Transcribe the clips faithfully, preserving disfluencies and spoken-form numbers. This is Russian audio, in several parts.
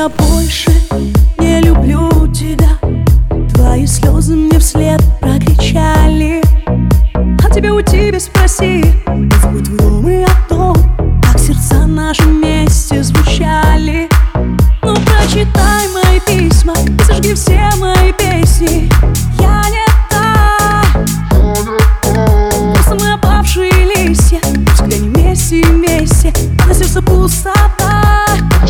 я больше не люблю тебя. Твои слезы мне вслед прокричали. А тебе уйти без спроси. Забудь думай о том, как сердца наши вместе звучали. Ну прочитай мои письма и сожги все мои песни. Я не та, просто мы опавшие листья. Взглянем вместе, вместе, а на сердце пустота.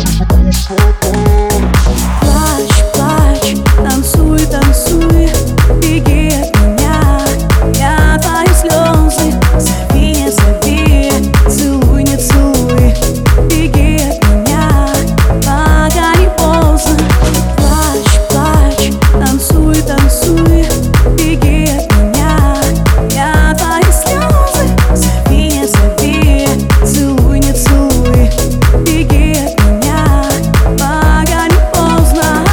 Плачь, плачь, танцуй, танцуй, беги от меня. Я твои слезы, зови, не зови, целуй, не целуй, беги от меня, пока не поздно. Плачь, плачь, танцуй, танцуй, беги от меня. Я твои слезы, зови, не зови, целуй, не целуй, беги от меня, пока не поздно.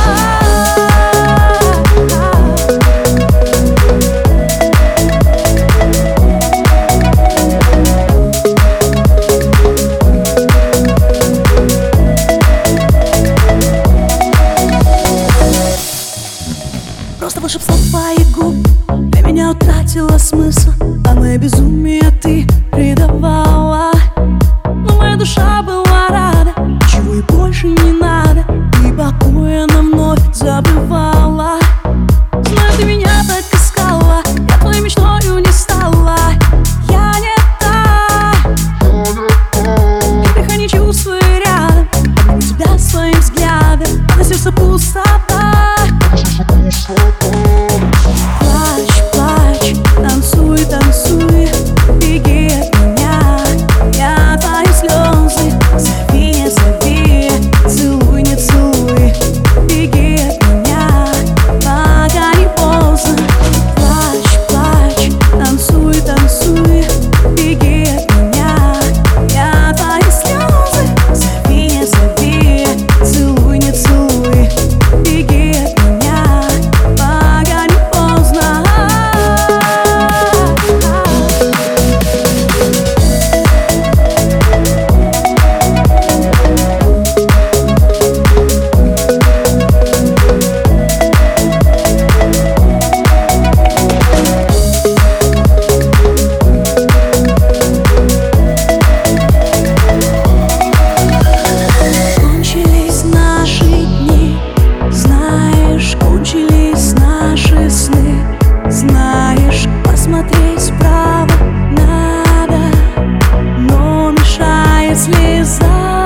Просто волшебство твоих губ для меня утратило смысл, а мое безумие ты предавала. Но моя душа была рада, чего и больше не надо, и покоя она вновь забывала. Знаю, ты меня так искала, я твоей мечтою не стала. Я не та, и дыха не чувствую рядом, обниму тебя своим взглядом, а на сердце пустота. Плачь, плачь, танцуй, танцуй, беги от меня. Я твои слезы, зови, не зови, целуй, не целуй, беги от меня, пока не поздно. Плачь, плачь, танцуй, танцуй, беги от меня. Я твои слезы, зови, не зови, целуй, не целуй, беги от меня, пока не поздно. Кончились наши дни, знаешь, кончились наши сны. Знаешь, посмотреть вправо надо, но мешает слеза.